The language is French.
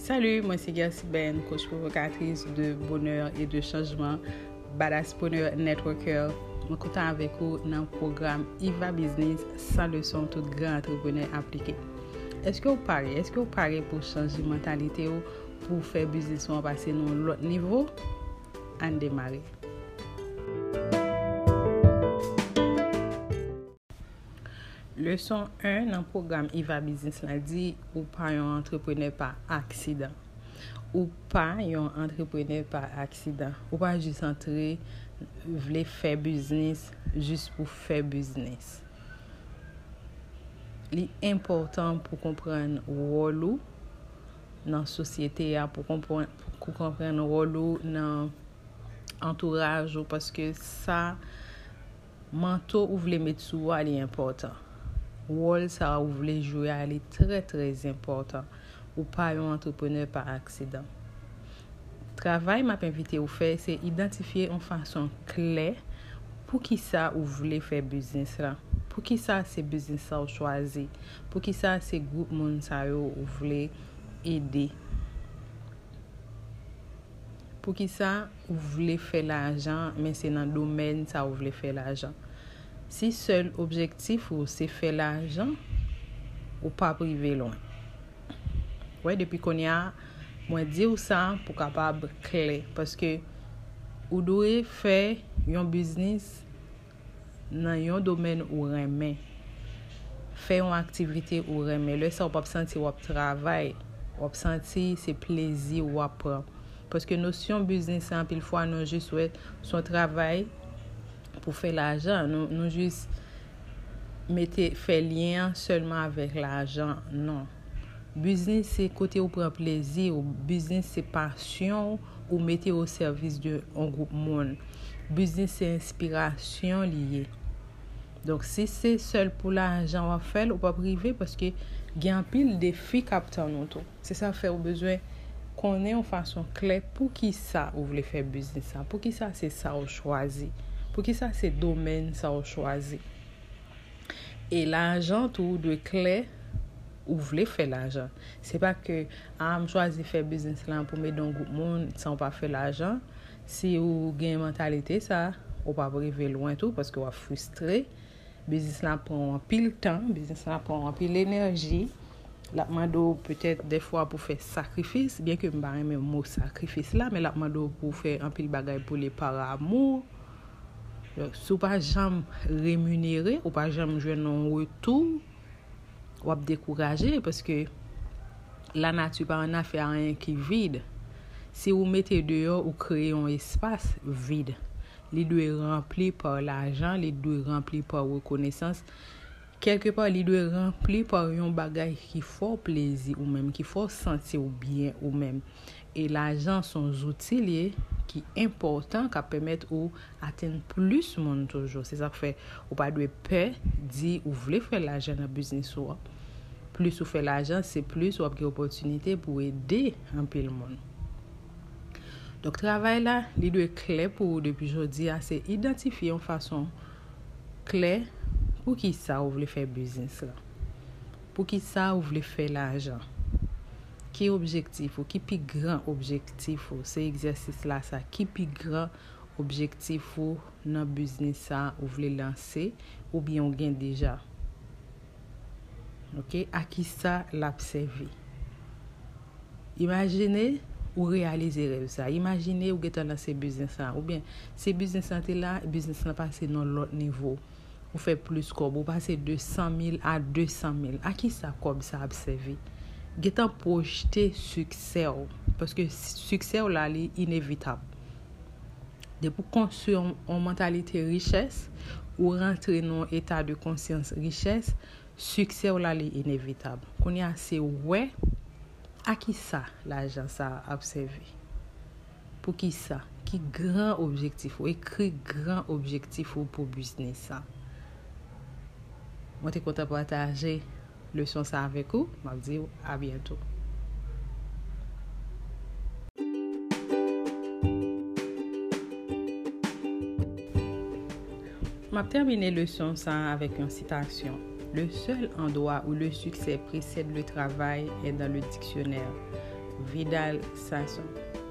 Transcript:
Salut, moi c'est Gersi Ben, coach provocatrice de bonheur et de changement, Badaspreneur Networker. Je suis content avec vous dans le programme IVA Business sans leçon tout grand entrepreneur appliqué. Est-ce que vous parlez pour changer de mentalité ou pour faire business ou passer dans l'autre niveau? On démarre. Leçon 1 dans le programme IVA Business la dit ou pas un entrepreneur par accident. Ou pas un entrepreneur par accident. Ou pas juste entrer, vouloir faire business juste pour faire business. L'important pour comprendre le rôle dans la société, pour comprendre le rôle dans l'entourage, parce que ça, manteau ou voulez mettre sous est important. Rôle ça ou voulez jouer est très très important. Ou pas un entrepreneur par accident. Travail m'a invité à faire c'est identifier en façon claire pour qui ça ou voulez faire business là. Pour qui ça c'est business ça ou choisi. Pour qui ça c'est groupe monde ça ou voulez aider. Pour qui ça ou voulez faire l'argent mais c'est dans le domaine ça ou voulez faire l'argent. Si seul objectif ou c'est faire l'argent ou pas privé loin. Ouais, depuis qu'on y a moi dire ça pour capable clair parce que ou doit faire un business dans un domaine où remet faire une activité où remet le ça pas sentir ou travail ou sentir c'est plaisir ou apprendre parce que notion business en pile fois non juste son travail pour faire l'argent nous juste mettez fait lien seulement avec l'argent non. Business c'est côté où prend plaisir, ou business c'est passion ou mettez au service de un groupe monde. Business c'est inspiration liée. Donc si c'est seul pour l'argent on va faire ou pas privé parce que il y a un pile défi captant nous tout. C'est ça faire au besoin qu'on ait en façon claire pour qui ça ou voulez faire business ça, pour qui ça c'est ça ou choisi. Pour qui ça c'est domaine ça ou choisi. Et l'argent tout de clair ou voulez faire l'argent. C'est pas que je choisis faire business là pour mettre dans un groupe monde sans pas faire l'argent. Si vous avez une mentalité ça, ou pas arriver loin tout parce que vous êtes frustré. Business là prend un pile temps, business là prend un pile énergie. La demande peut-être des fois pour faire sacrifice, bien que je pas aimer le mot sacrifice là, mais la demande pour faire un pile bagaille pour les par amour. Donc si vous pas jamais rémunéré ou pas jamais jouer un retour ou décourager parce que la nature pas en affaire rien qui vide. Si vous mettez dehors ou créez un espace vide, les doit rempli par l'argent, les doit rempli par reconnaissance. Quelque part, les doit rempli par un bagage qui fait plaisir ou même qui fait sentir bien ou même. Et l'argent sont outils qui important qui permettent ou atteindre plus monde toujours. C'est ça que fait ou pas de peur dire ou voulez faire l'argent dans business ou plus vous fait l'argent, c'est plus vous avez opportunité pour aider un peu le monde. Donc travail là, les deux clair pour depuis aujourd'hui, c'est identifier en façon claire pour qui ça vous voulez faire business là. Pour qui ça vous voulez faire l'argent. Qui objectif ou qui plus grand objectif c'est exercice là ça qui plus grand objectif ou dans business ça vous voulez lancer ou bien on gagne déjà. OK, à qui ça l'observer. Imaginez ou réaliser rêve ça. Imaginez ou geta lancer business ça ou bien ces business santé là, business là passer dans l'autre niveau. Ou fait plus comme ou passer 200 000 à 200 000. À qui ça comme ça observer. Geta projeter succès parce que succès là est inévitable. De pour construire une mentalité richesse ou rentrer dans un état de conscience richesse succès là est inévitable. Qu'on y a assez ouais à qui ça l'argent ça observer. Pour qui ça qui grand objectif ou écrit grand objectif pour business ça. Moi t'es content de partager leçon ça avec vous. M'a dit à bientôt. M'a terminé leçon ça avec une citation. Le seul endroit où le succès précède le travail est dans le dictionnaire. Vidal Sasson.